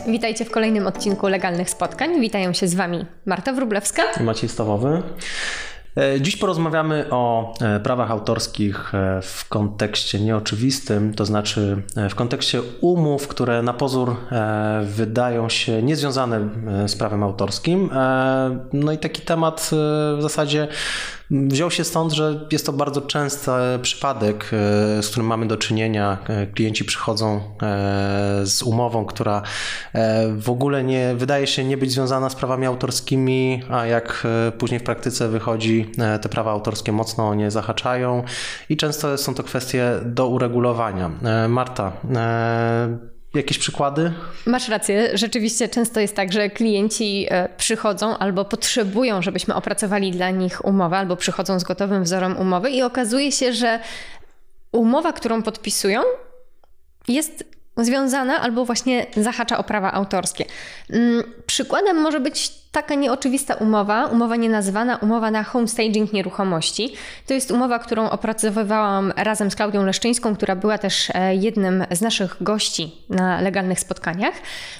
Witajcie w kolejnym odcinku Legalnych Spotkań. Witają się z Wami Marta Wróblewska i Maciej Stawowy. Dziś porozmawiamy o prawach autorskich w kontekście nieoczywistym, to znaczy w kontekście umów, które na pozór wydają się niezwiązane z prawem autorskim. No i taki temat w zasadzie wziął się stąd, że jest to bardzo częsty przypadek, z którym mamy do czynienia. Klienci przychodzą z umową, która w ogóle nie wydaje się nie być związana z prawami autorskimi, a jak później w praktyce wychodzi, te prawa autorskie mocno o nie zahaczają i często są to kwestie do uregulowania. Marta, jakieś przykłady? Masz rację. Rzeczywiście często jest tak, że klienci przychodzą albo potrzebują, żebyśmy opracowali dla nich umowę, albo przychodzą z gotowym wzorem umowy i okazuje się, że umowa, którą podpisują, jest związana albo właśnie zahacza o prawa autorskie. Przykładem może być taka nieoczywista umowa nienazwana, umowa na homestaging nieruchomości. To jest umowa, którą opracowywałam razem z Klaudią Leszczyńską, która była też jednym z naszych gości na legalnych spotkaniach.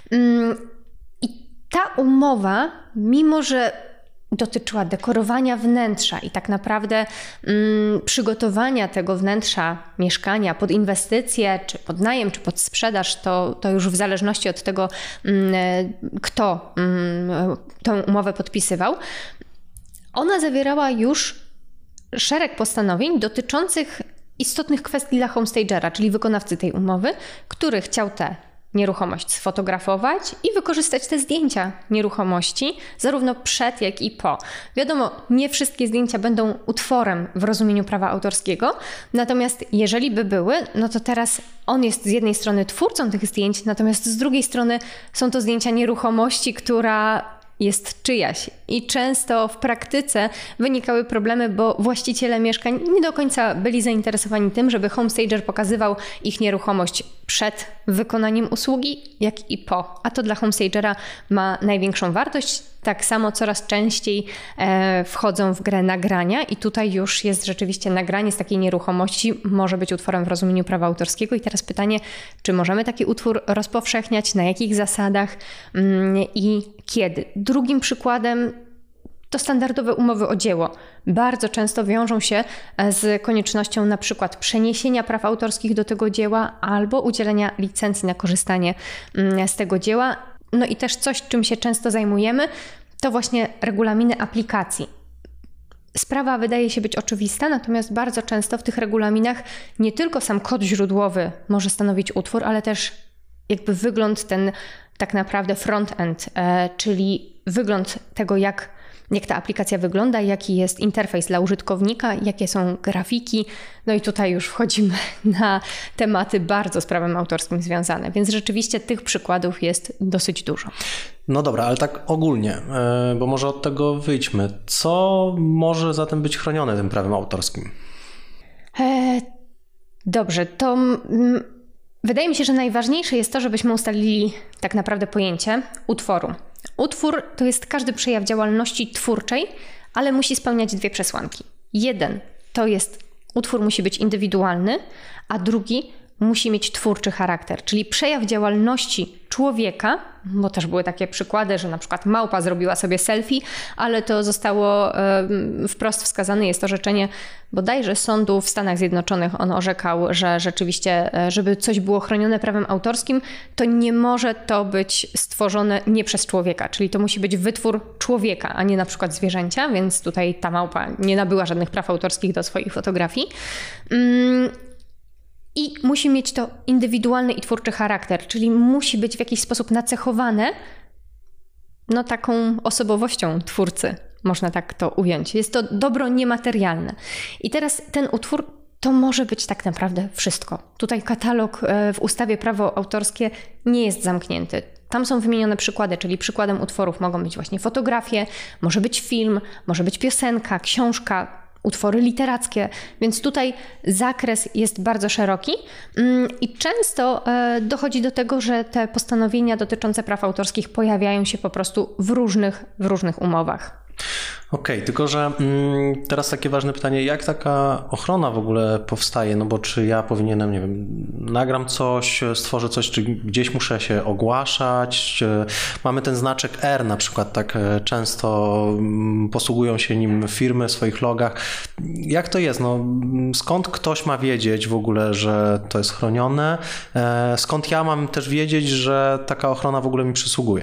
I ta umowa, mimo że dotyczyła dekorowania wnętrza i tak naprawdę przygotowania tego wnętrza mieszkania pod inwestycje, czy pod najem, czy pod sprzedaż, to już w zależności od tego, kto tę umowę podpisywał. Ona zawierała już szereg postanowień dotyczących istotnych kwestii dla homestagera, czyli wykonawcy tej umowy, który chciał tę nieruchomość sfotografować i wykorzystać te zdjęcia nieruchomości zarówno przed, jak i po. Wiadomo, nie wszystkie zdjęcia będą utworem w rozumieniu prawa autorskiego, natomiast jeżeli by były, no to teraz on jest z jednej strony twórcą tych zdjęć, natomiast z drugiej strony są to zdjęcia nieruchomości, która jest czyjaś. I często w praktyce wynikały problemy, bo właściciele mieszkań nie do końca byli zainteresowani tym, żeby homestager pokazywał ich nieruchomość przed wykonaniem usługi, jak i po. A to dla homestagera ma największą wartość. Tak samo coraz częściej wchodzą w grę nagrania i tutaj już jest rzeczywiście nagranie z takiej nieruchomości, może być utworem w rozumieniu prawa autorskiego. I teraz pytanie, czy możemy taki utwór rozpowszechniać, na jakich zasadach i kiedy? Drugim przykładem to standardowe umowy o dzieło. Bardzo często wiążą się z koniecznością na przykład przeniesienia praw autorskich do tego dzieła albo udzielenia licencji na korzystanie z tego dzieła. No i też coś, czym się często zajmujemy, to właśnie regulaminy aplikacji. Sprawa wydaje się być oczywista, natomiast bardzo często w tych regulaminach nie tylko sam kod źródłowy może stanowić utwór, ale też jakby wygląd ten tak naprawdę front-end, czyli wygląd tego, jak ta aplikacja wygląda, jaki jest interfejs dla użytkownika, jakie są grafiki. No i tutaj już wchodzimy na tematy bardzo z prawem autorskim związane, więc rzeczywiście tych przykładów jest dosyć dużo. No dobra, ale tak ogólnie, bo może od tego wyjdźmy. Co może zatem być chronione tym prawem autorskim? Dobrze, to wydaje mi się, że najważniejsze jest to, żebyśmy ustalili tak naprawdę pojęcie utworu. Utwór to jest każdy przejaw działalności twórczej, ale musi spełniać dwie przesłanki. Jeden to jest utwór musi być indywidualny, a drugi musi mieć twórczy charakter, czyli przejaw działalności człowieka, bo też były takie przykłady, że na przykład małpa zrobiła sobie selfie, ale to zostało wprost wskazane, jest orzeczenie bodajże sądu w Stanach Zjednoczonych. On orzekał, że rzeczywiście, żeby coś było chronione prawem autorskim, to nie może to być stworzone nie przez człowieka, czyli to musi być wytwór człowieka, a nie na przykład zwierzęcia, więc tutaj ta małpa nie nabyła żadnych praw autorskich do swoich fotografii. I musi mieć to indywidualny i twórczy charakter, czyli musi być w jakiś sposób nacechowane taką osobowością twórcy, można tak to ująć. Jest to dobro niematerialne. I teraz ten utwór to może być tak naprawdę wszystko. Tutaj katalog w ustawie prawo autorskie nie jest zamknięty. Tam są wymienione przykłady, czyli przykładem utworów mogą być właśnie fotografie, może być film, może być piosenka, książka, utwory literackie, więc tutaj zakres jest bardzo szeroki i często dochodzi do tego, że te postanowienia dotyczące praw autorskich pojawiają się po prostu w różnych umowach. Okej, tylko że teraz takie ważne pytanie, jak taka ochrona w ogóle powstaje? No bo czy ja powinienem, nie wiem, nagram coś, stworzę coś, czy gdzieś muszę się ogłaszać? Czy mamy ten znaczek R na przykład, tak często posługują się nim firmy w swoich logach. Jak to jest? No, skąd ktoś ma wiedzieć w ogóle, że to jest chronione? Skąd ja mam też wiedzieć, że taka ochrona w ogóle mi przysługuje?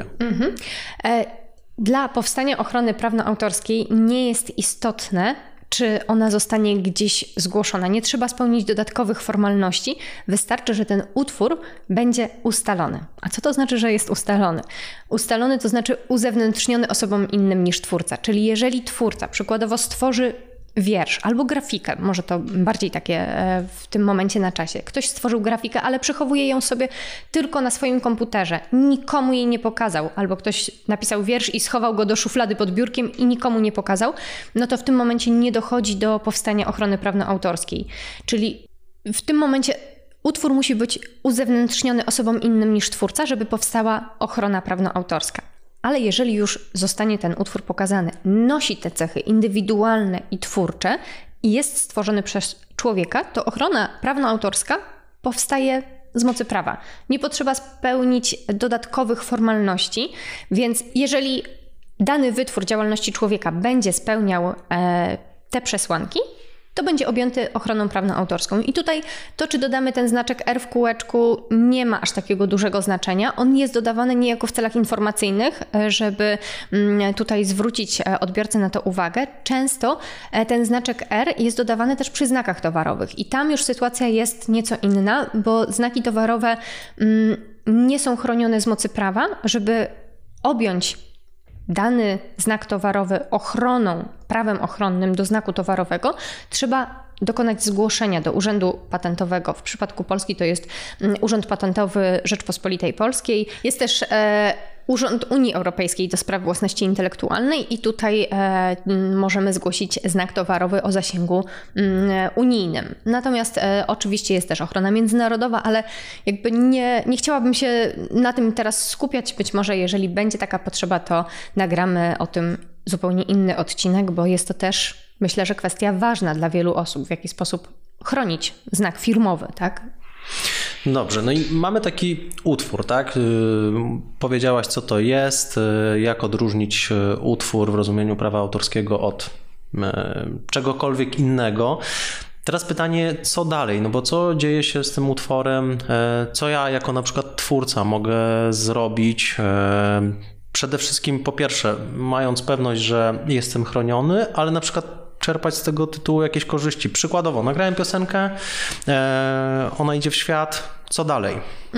Dla powstania ochrony prawno-autorskiej nie jest istotne, czy ona zostanie gdzieś zgłoszona. Nie trzeba spełnić dodatkowych formalności. Wystarczy, że ten utwór będzie ustalony. A co to znaczy, że jest ustalony? Ustalony to znaczy uzewnętrzniony osobom innym niż twórca. Czyli jeżeli twórca przykładowo stworzy wiersz albo grafikę, może to bardziej takie w tym momencie na czasie. Ktoś stworzył grafikę, ale przechowuje ją sobie tylko na swoim komputerze. Nikomu jej nie pokazał. Albo ktoś napisał wiersz i schował go do szuflady pod biurkiem i nikomu nie pokazał. No to w tym momencie nie dochodzi do powstania ochrony prawno-autorskiej. Czyli w tym momencie utwór musi być uzewnętrzniony osobom innym niż twórca, żeby powstała ochrona prawno-autorska. Ale jeżeli już zostanie ten utwór pokazany, nosi te cechy indywidualne i twórcze i jest stworzony przez człowieka, to ochrona prawno-autorska powstaje z mocy prawa. Nie potrzeba spełnić dodatkowych formalności, więc jeżeli dany wytwór działalności człowieka będzie spełniał te przesłanki, to będzie objęty ochroną prawno-autorską. I tutaj to, czy dodamy ten znaczek R w kółeczku, nie ma aż takiego dużego znaczenia. On jest dodawany niejako w celach informacyjnych, żeby tutaj zwrócić odbiorcę na to uwagę. Często ten znaczek R jest dodawany też przy znakach towarowych i tam już sytuacja jest nieco inna, bo znaki towarowe nie są chronione z mocy prawa. Żeby objąć dany znak towarowy ochroną, prawem ochronnym do znaku towarowego, trzeba dokonać zgłoszenia do Urzędu Patentowego. W przypadku Polski to jest Urząd Patentowy Rzeczpospolitej Polskiej. Jest też Urząd Unii Europejskiej do spraw własności intelektualnej i tutaj możemy zgłosić znak towarowy o zasięgu unijnym. Natomiast oczywiście jest też ochrona międzynarodowa, ale jakby nie chciałabym się na tym teraz skupiać. Być może jeżeli będzie taka potrzeba, to nagramy o tym zupełnie inny odcinek, bo jest to też, myślę, że kwestia ważna dla wielu osób, w jaki sposób chronić znak firmowy, tak? Dobrze, no i mamy taki utwór, tak? Powiedziałaś, co to jest, jak odróżnić utwór w rozumieniu prawa autorskiego od czegokolwiek innego. Teraz pytanie, co dalej? No bo co dzieje się z tym utworem? Co ja jako na przykład twórca mogę zrobić? Przede wszystkim po pierwsze, mając pewność, że jestem chroniony, ale na przykład czerpać z tego tytułu jakieś korzyści. Przykładowo, nagrałem piosenkę, ona idzie w świat, co dalej?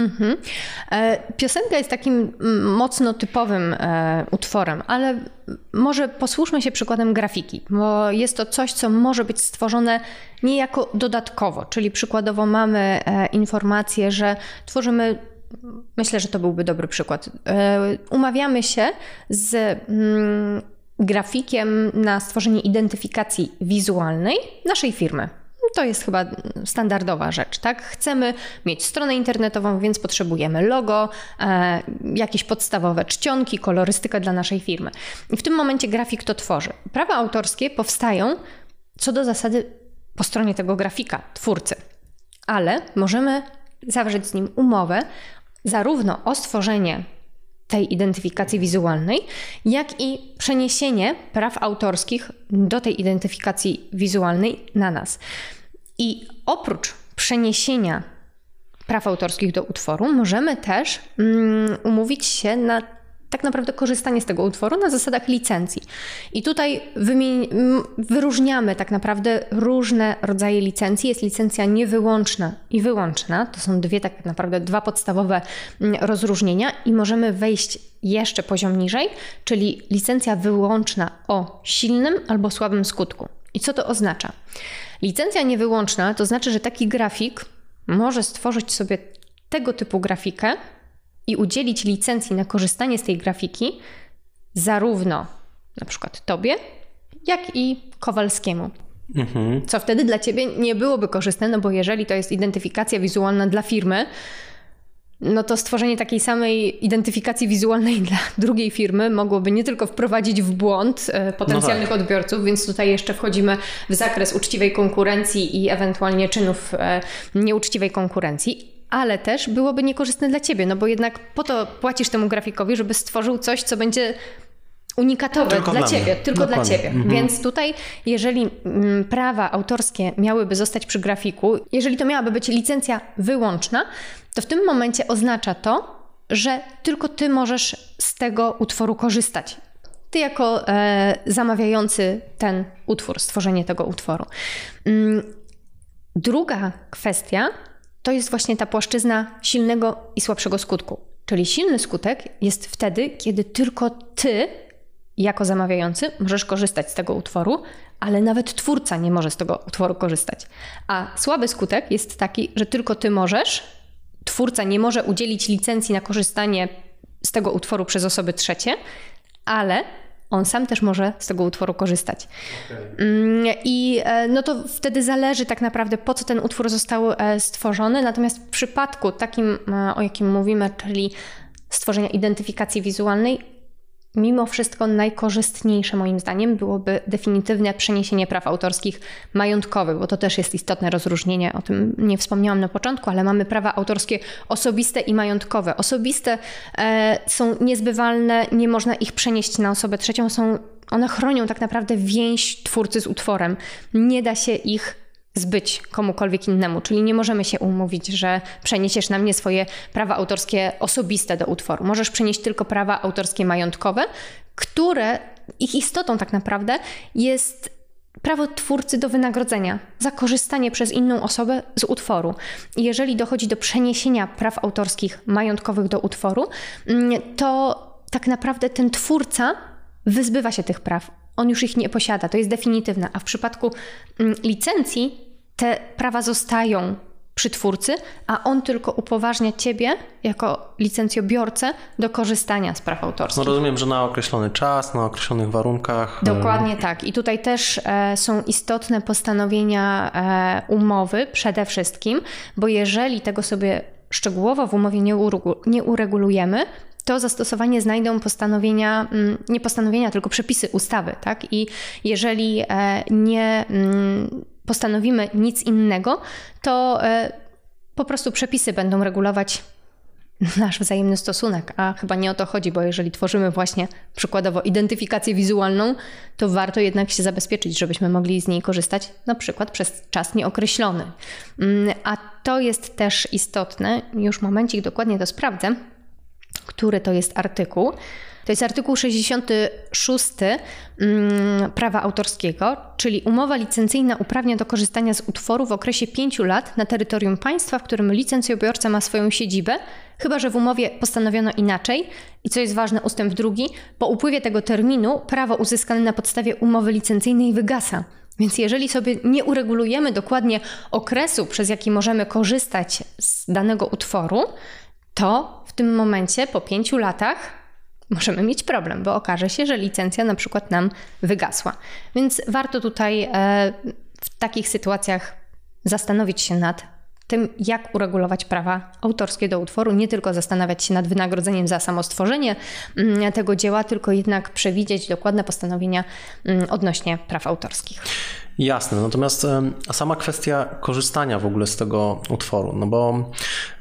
Piosenka jest takim mocno typowym utworem, ale może posłużmy się przykładem grafiki, bo jest to coś, co może być stworzone niejako dodatkowo, czyli przykładowo mamy informację, że tworzymy. Myślę, że to byłby dobry przykład. Umawiamy się z grafikiem na stworzenie identyfikacji wizualnej naszej firmy. To jest chyba standardowa rzecz, tak? Chcemy mieć stronę internetową, więc potrzebujemy logo, jakieś podstawowe czcionki, kolorystykę dla naszej firmy. I w tym momencie grafik to tworzy. Prawa autorskie powstają co do zasady po stronie tego grafika, twórcy. Ale możemy zawrzeć z nim umowę zarówno o stworzenie tej identyfikacji wizualnej, jak i przeniesienie praw autorskich do tej identyfikacji wizualnej na nas. I oprócz przeniesienia praw autorskich do utworu, możemy też umówić się na tak naprawdę korzystanie z tego utworu na zasadach licencji. I tutaj wyróżniamy tak naprawdę różne rodzaje licencji. Jest licencja niewyłączna i wyłączna. To są tak naprawdę dwa podstawowe rozróżnienia i możemy wejść jeszcze poziom niżej, czyli licencja wyłączna o silnym albo słabym skutku. I co to oznacza? Licencja niewyłączna to znaczy, że taki grafik może stworzyć sobie tego typu grafikę i udzielić licencji na korzystanie z tej grafiki zarówno na przykład tobie, jak i Kowalskiemu. Co wtedy dla ciebie nie byłoby korzystne, no bo jeżeli to jest identyfikacja wizualna dla firmy, no to stworzenie takiej samej identyfikacji wizualnej dla drugiej firmy mogłoby nie tylko wprowadzić w błąd potencjalnych odbiorców, więc tutaj jeszcze wchodzimy w zakres uczciwej konkurencji i ewentualnie czynów nieuczciwej konkurencji, ale też byłoby niekorzystne dla ciebie, no bo jednak po to płacisz temu grafikowi, żeby stworzył coś, co będzie unikatowe tylko dla ciebie, tylko dla ciebie. Więc tutaj, jeżeli prawa autorskie miałyby zostać przy grafiku, jeżeli to miałaby być licencja wyłączna, to w tym momencie oznacza to, że tylko ty możesz z tego utworu korzystać. Ty jako zamawiający ten utwór, stworzenie tego utworu. Druga kwestia to jest właśnie ta płaszczyzna silnego i słabszego skutku. Czyli silny skutek jest wtedy, kiedy tylko ty jako zamawiający możesz korzystać z tego utworu, ale nawet twórca nie może z tego utworu korzystać. A słaby skutek jest taki, że tylko ty możesz, twórca nie może udzielić licencji na korzystanie z tego utworu przez osoby trzecie, ale on sam też może z tego utworu korzystać. I no to wtedy zależy tak naprawdę, po co ten utwór został stworzony. Natomiast w przypadku takim, o jakim mówimy, czyli stworzenia identyfikacji wizualnej, mimo wszystko najkorzystniejsze moim zdaniem byłoby definitywne przeniesienie praw autorskich majątkowych, bo to też jest istotne rozróżnienie, o tym nie wspomniałam na początku, ale mamy prawa autorskie osobiste i majątkowe. Osobiste są niezbywalne, nie można ich przenieść na osobę trzecią, one chronią tak naprawdę więź twórcy z utworem. Nie da się ich zbyć komukolwiek innemu, czyli nie możemy się umówić, że przeniesiesz na mnie swoje prawa autorskie osobiste do utworu. Możesz przenieść tylko prawa autorskie majątkowe, które ich istotą tak naprawdę jest prawo twórcy do wynagrodzenia za korzystanie przez inną osobę z utworu. I jeżeli dochodzi do przeniesienia praw autorskich majątkowych do utworu, to tak naprawdę ten twórca wyzbywa się tych praw. On już ich nie posiada, to jest definitywne. A w przypadku licencji te prawa zostają przy twórcy, a on tylko upoważnia ciebie jako licencjobiorcę do korzystania z praw autorskich. No rozumiem, że na określony czas, na określonych warunkach. Dokładnie tak. I tutaj też są istotne postanowienia umowy przede wszystkim, bo jeżeli tego sobie szczegółowo w umowie nie uregulujemy, to zastosowanie znajdą postanowienia, nie postanowienia, tylko przepisy ustawy, tak? I jeżeli nie postanowimy nic innego, to po prostu przepisy będą regulować nasz wzajemny stosunek, a chyba nie o to chodzi, bo jeżeli tworzymy właśnie przykładowo identyfikację wizualną, to warto jednak się zabezpieczyć, żebyśmy mogli z niej korzystać na przykład przez czas nieokreślony. A to jest też istotne, już momencik dokładnie to sprawdzę, który to jest artykuł. To jest artykuł 66 prawa autorskiego, czyli umowa licencyjna uprawnia do korzystania z utworu w okresie 5 lat na terytorium państwa, w którym licencjobiorca ma swoją siedzibę, chyba że w umowie postanowiono inaczej. I co jest ważne, ustęp 2, po upływie tego terminu prawo uzyskane na podstawie umowy licencyjnej wygasa. Więc jeżeli sobie nie uregulujemy dokładnie okresu, przez jaki możemy korzystać z danego utworu, to w tym momencie po 5 latach możemy mieć problem, bo okaże się, że licencja na przykład nam wygasła. Więc warto tutaj w takich sytuacjach zastanowić się nad tym, jak uregulować prawa autorskie do utworu, nie tylko zastanawiać się nad wynagrodzeniem za samo stworzenie tego dzieła, tylko jednak przewidzieć dokładne postanowienia odnośnie praw autorskich. Jasne, natomiast sama kwestia korzystania w ogóle z tego utworu, no bo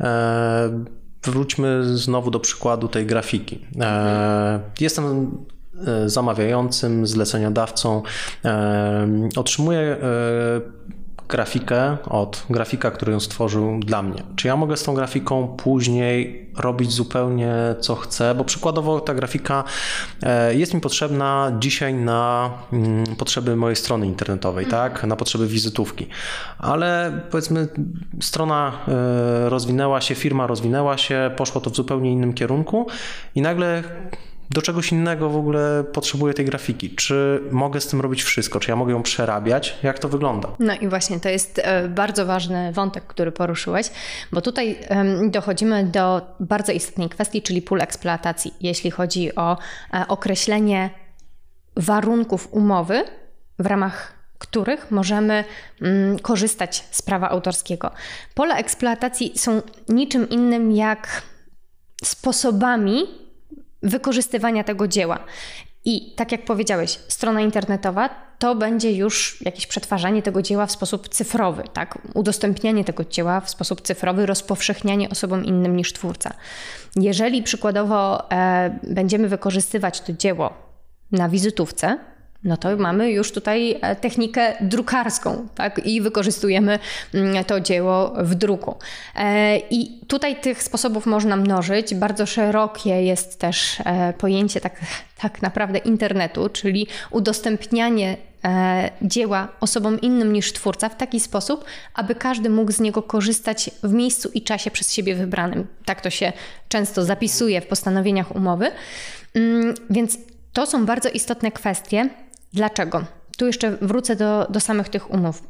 wróćmy znowu do przykładu tej grafiki. Jestem zamawiającym, zleceniodawcą, otrzymuję grafikę od grafika, który ją stworzył dla mnie. Czy ja mogę z tą grafiką później robić zupełnie co chcę? Bo przykładowo ta grafika jest mi potrzebna dzisiaj na potrzeby mojej strony internetowej, tak? Na potrzeby wizytówki. Ale powiedzmy strona rozwinęła się, firma rozwinęła się, poszło to w zupełnie innym kierunku i nagle do czegoś innego w ogóle potrzebuję tej grafiki. Czy mogę z tym robić wszystko? Czy ja mogę ją przerabiać? Jak to wygląda? No i właśnie to jest bardzo ważny wątek, który poruszyłeś, bo tutaj dochodzimy do bardzo istotnej kwestii, czyli pól eksploatacji, jeśli chodzi o określenie warunków umowy, w ramach których możemy korzystać z prawa autorskiego. Pola eksploatacji są niczym innym jak sposobami wykorzystywania tego dzieła. I tak jak powiedziałeś, strona internetowa to będzie już jakieś przetwarzanie tego dzieła w sposób cyfrowy, tak? Udostępnianie tego dzieła w sposób cyfrowy, rozpowszechnianie osobom innym niż twórca. Jeżeli przykładowo będziemy wykorzystywać to dzieło na wizytówce, no to mamy już tutaj technikę drukarską, tak? I wykorzystujemy to dzieło w druku. I tutaj tych sposobów można mnożyć. Bardzo szerokie jest też pojęcie tak naprawdę internetu, czyli udostępnianie dzieła osobom innym niż twórca w taki sposób, aby każdy mógł z niego korzystać w miejscu i czasie przez siebie wybranym. Tak to się często zapisuje w postanowieniach umowy. Więc to są bardzo istotne kwestie. Dlaczego? Tu jeszcze wrócę do samych tych umów.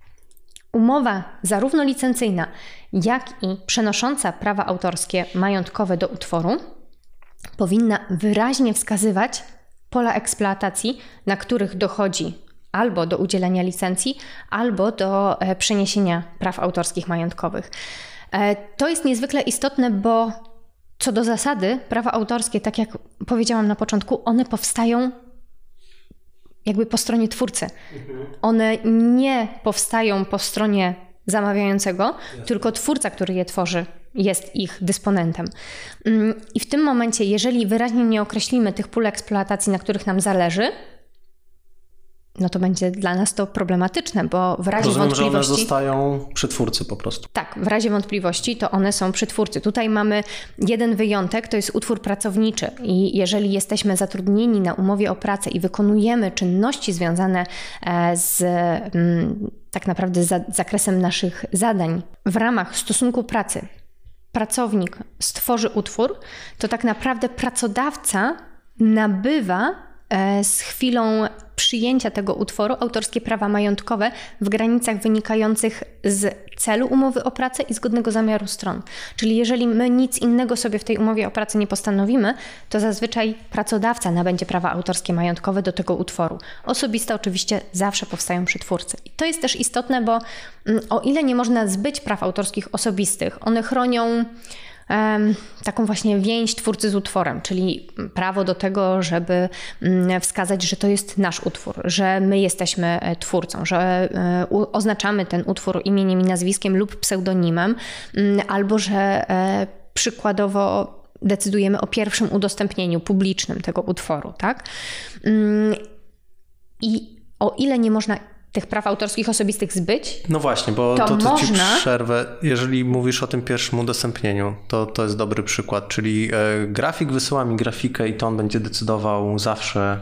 Umowa zarówno licencyjna, jak i przenosząca prawa autorskie majątkowe do utworu powinna wyraźnie wskazywać pola eksploatacji, na których dochodzi albo do udzielenia licencji, albo do przeniesienia praw autorskich majątkowych. To jest niezwykle istotne, bo co do zasady prawa autorskie, tak jak powiedziałam na początku, one powstają jakby po stronie twórcy. One nie powstają po stronie zamawiającego, tylko twórca, który je tworzy, jest ich dysponentem. I w tym momencie, jeżeli wyraźnie nie określimy tych pól eksploatacji, na których nam zależy, no to będzie dla nas to problematyczne, bo w razie wątpliwości... że one zostają przy twórcy po prostu. Tak, w razie wątpliwości to one są przy twórcy. Tutaj mamy jeden wyjątek, to jest utwór pracowniczy i jeżeli jesteśmy zatrudnieni na umowie o pracę i wykonujemy czynności związane z tak naprawdę zakresem naszych zadań w ramach stosunku pracy, pracownik stworzy utwór, to tak naprawdę pracodawca nabywa z chwilą przyjęcia tego utworu autorskie prawa majątkowe w granicach wynikających z celu umowy o pracę i zgodnego zamiaru stron. Czyli jeżeli my nic innego sobie w tej umowie o pracę nie postanowimy, to zazwyczaj pracodawca nabędzie prawa autorskie majątkowe do tego utworu. Osobiste oczywiście zawsze powstają przy twórcy. I to jest też istotne, bo o ile nie można zbyć praw autorskich osobistych, one chronią taką właśnie więź twórcy z utworem, czyli prawo do tego, żeby wskazać, że to jest nasz utwór, że my jesteśmy twórcą, że oznaczamy ten utwór imieniem i nazwiskiem lub pseudonimem, albo że przykładowo decydujemy o pierwszym udostępnieniu publicznym tego utworu, tak? I o ile nie można tych praw autorskich osobistych zbyć. No właśnie, bo to ci przerwę. Jeżeli mówisz o tym pierwszym udostępnieniu, to jest dobry przykład, czyli grafik wysyła mi grafikę i to on będzie decydował zawsze,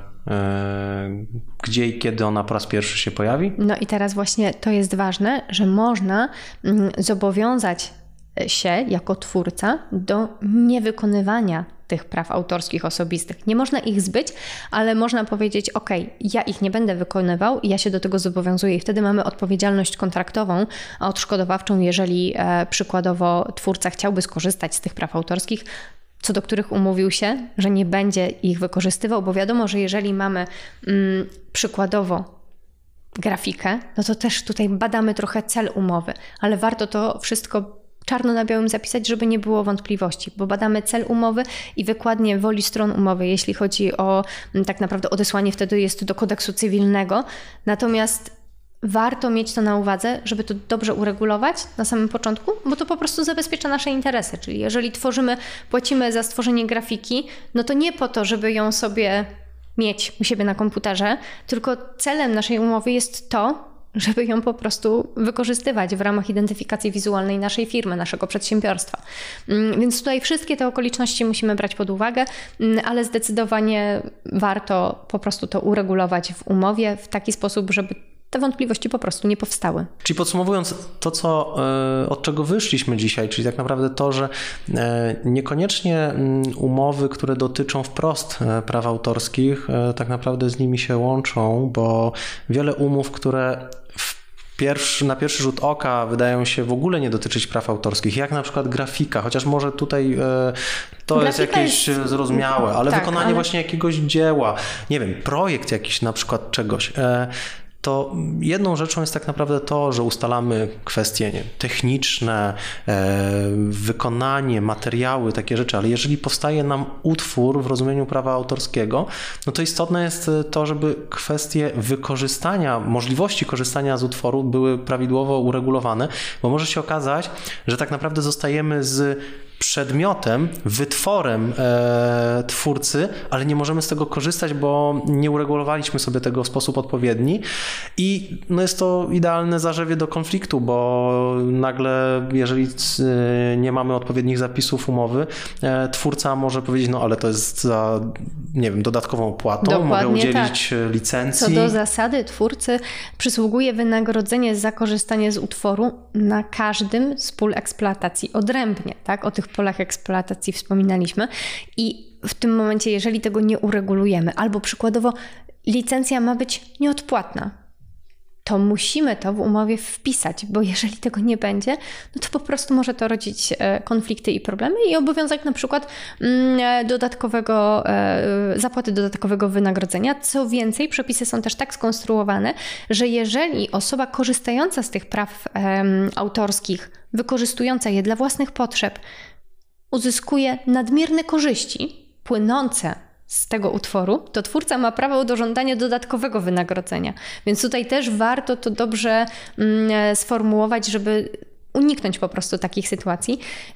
gdzie i kiedy ona po raz pierwszy się pojawi. No i teraz właśnie to jest ważne, że można zobowiązać się jako twórca do niewykonywania tych praw autorskich osobistych. Nie można ich zbyć, ale można powiedzieć, ok, ja ich nie będę wykonywał i ja się do tego zobowiązuję i wtedy mamy odpowiedzialność kontraktową, a odszkodowawczą, jeżeli przykładowo twórca chciałby skorzystać z tych praw autorskich, co do których umówił się, że nie będzie ich wykorzystywał, bo wiadomo, że jeżeli mamy przykładowo grafikę, no to też tutaj badamy trochę cel umowy, ale warto to wszystko czarno na białym zapisać, żeby nie było wątpliwości, bo badamy cel umowy i wykładnię woli stron umowy, jeśli chodzi o tak naprawdę odesłanie, wtedy jest do kodeksu cywilnego. Natomiast warto mieć to na uwadze, żeby to dobrze uregulować na samym początku, bo to po prostu zabezpiecza nasze interesy. Czyli jeżeli płacimy za stworzenie grafiki, no to nie po to, żeby ją sobie mieć u siebie na komputerze, tylko celem naszej umowy jest to, żeby ją po prostu wykorzystywać w ramach identyfikacji wizualnej naszej firmy, naszego przedsiębiorstwa. Więc tutaj wszystkie te okoliczności musimy brać pod uwagę, ale zdecydowanie warto po prostu to uregulować w umowie w taki sposób, żeby te wątpliwości po prostu nie powstały. Czyli podsumowując to, od czego wyszliśmy dzisiaj, czyli tak naprawdę to, że niekoniecznie umowy, które dotyczą wprost praw autorskich, tak naprawdę z nimi się łączą, bo wiele umów, które na pierwszy rzut oka wydają się w ogóle nie dotyczyć praw autorskich, jak na przykład grafika, chociaż może tutaj to grafika jest jakieś zrozumiałe, ale wykonanie właśnie jakiegoś dzieła, nie wiem, projekt jakiś na przykład czegoś. to jedną rzeczą jest tak naprawdę to, że ustalamy kwestie techniczne, wykonanie, materiały, takie rzeczy, ale jeżeli powstaje nam utwór w rozumieniu prawa autorskiego, no to istotne jest to, żeby kwestie wykorzystania, możliwości korzystania z utworu były prawidłowo uregulowane, bo może się okazać, że tak naprawdę zostajemy z przedmiotem, wytworem twórcy, ale nie możemy z tego korzystać, bo nie uregulowaliśmy sobie tego w sposób odpowiedni i no jest to idealne zarzewie do konfliktu, bo nagle, jeżeli nie mamy odpowiednich zapisów umowy, twórca może powiedzieć, no ale to jest za, nie wiem, dodatkową opłatą, Dokładnie mogę udzielić licencji. Co do zasady, twórcy przysługuje wynagrodzenie za korzystanie z utworu na każdym z pól eksploatacji odrębnie, tak? O tych polach eksploatacji wspominaliśmy i w tym momencie, jeżeli tego nie uregulujemy, albo przykładowo licencja ma być nieodpłatna, to musimy to w umowie wpisać, bo jeżeli tego nie będzie, no to po prostu może to rodzić konflikty i problemy i obowiązek na przykład zapłaty dodatkowego wynagrodzenia. Co więcej, przepisy są też tak skonstruowane, że jeżeli osoba korzystająca z tych praw autorskich, wykorzystująca je dla własnych potrzeb, uzyskuje nadmierne korzyści płynące z tego utworu, to twórca ma prawo do żądania dodatkowego wynagrodzenia. Więc tutaj też warto to dobrze sformułować, żeby uniknąć po prostu takich sytuacji.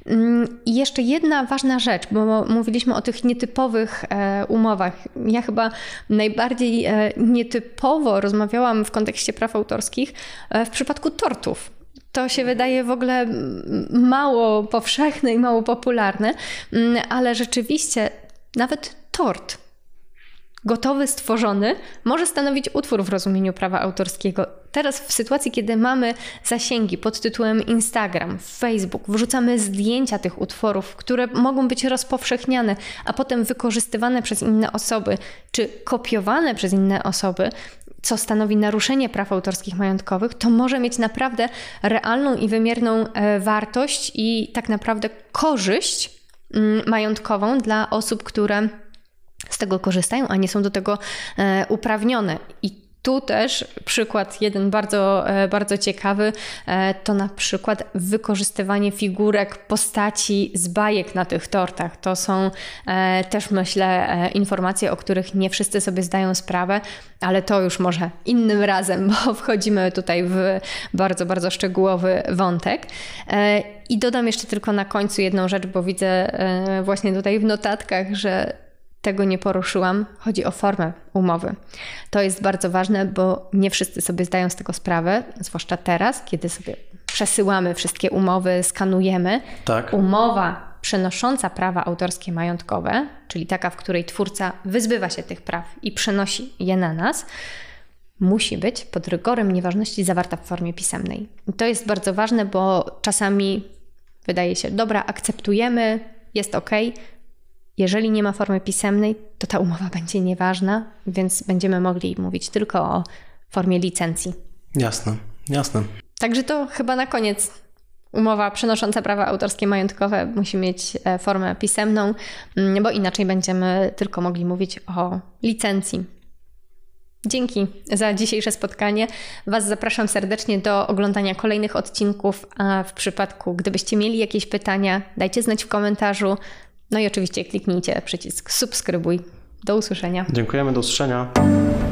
I jeszcze jedna ważna rzecz, bo mówiliśmy o tych nietypowych umowach. Ja chyba najbardziej nietypowo rozmawiałam w kontekście praw autorskich w przypadku tortów. To się wydaje w ogóle mało powszechne i mało popularne, ale rzeczywiście nawet tort gotowy, stworzony może stanowić utwór w rozumieniu prawa autorskiego. Teraz w sytuacji, kiedy mamy zasięgi pod tytułem Instagram, Facebook, wrzucamy zdjęcia tych utworów, które mogą być rozpowszechniane, a potem wykorzystywane przez inne osoby, czy kopiowane przez inne osoby, co stanowi naruszenie praw autorskich majątkowych, to może mieć naprawdę realną i wymierną wartość i tak naprawdę korzyść majątkową dla osób, które z tego korzystają, a nie są do tego uprawnione. I tu też przykład jeden bardzo, bardzo ciekawy, to na przykład wykorzystywanie figurek postaci z bajek na tych tortach. To są też, myślę, informacje, o których nie wszyscy sobie zdają sprawę, ale to już może innym razem, bo wchodzimy tutaj w bardzo, bardzo szczegółowy wątek. I dodam jeszcze tylko na końcu jedną rzecz, bo widzę właśnie tutaj w notatkach, że tego nie poruszyłam. Chodzi o formę umowy. To jest bardzo ważne, bo nie wszyscy sobie zdają z tego sprawę, zwłaszcza teraz, kiedy sobie przesyłamy wszystkie umowy, skanujemy. Tak. Umowa przenosząca prawa autorskie majątkowe, czyli taka, w której twórca wyzbywa się tych praw i przenosi je na nas, musi być pod rygorem nieważności zawarta w formie pisemnej. I to jest bardzo ważne, bo czasami wydaje się, dobra, akceptujemy, jest okej. Jeżeli nie ma formy pisemnej, to ta umowa będzie nieważna, więc będziemy mogli mówić tylko o formie licencji. Jasne, jasne. Także to chyba na koniec. Umowa przenosząca prawa autorskie majątkowe musi mieć formę pisemną, bo inaczej będziemy tylko mogli mówić o licencji. Dzięki za dzisiejsze spotkanie. Was zapraszam serdecznie do oglądania kolejnych odcinków, a w przypadku, gdybyście mieli jakieś pytania, dajcie znać w komentarzu. No i oczywiście kliknijcie przycisk subskrybuj. Do usłyszenia. Dziękujemy, do usłyszenia.